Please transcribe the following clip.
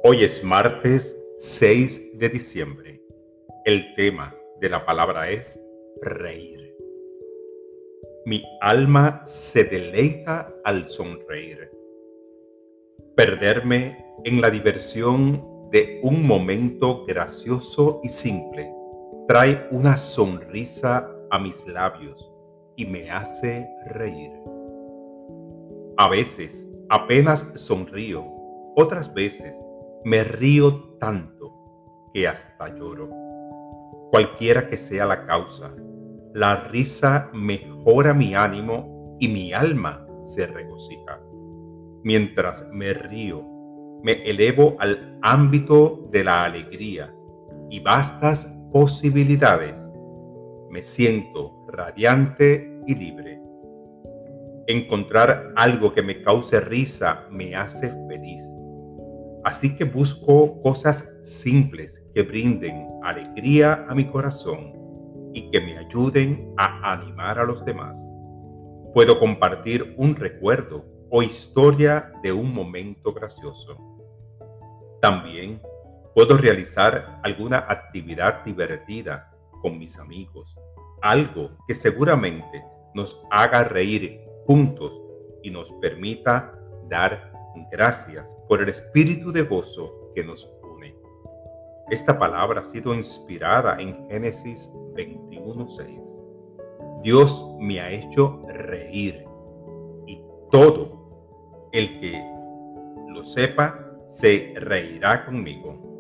Hoy es martes 6 de diciembre. El tema de la palabra es reír. Mi alma se deleita al sonreír. Perderme en la diversión de un momento gracioso y simple trae una sonrisa a mis labios y me hace reír. A veces apenas sonrío, otras veces me río tanto que hasta lloro. Cualquiera que sea la causa, la risa mejora mi ánimo y mi alma se regocija. Mientras me río, me elevo al ámbito de la alegría y vastas posibilidades. Me siento radiante y libre. Encontrar algo que me cause risa me hace feliz. Así que busco cosas simples que brinden alegría a mi corazón y que me ayuden a animar a los demás. Puedo compartir un recuerdo o historia de un momento gracioso. También puedo realizar alguna actividad divertida con mis amigos, algo que seguramente nos haga reír juntos y nos permita dar gracias por el espíritu de gozo que nos une. Esta palabra ha sido inspirada en Génesis 21:6. Dios me ha hecho reír y todo el que lo sepa se reirá conmigo.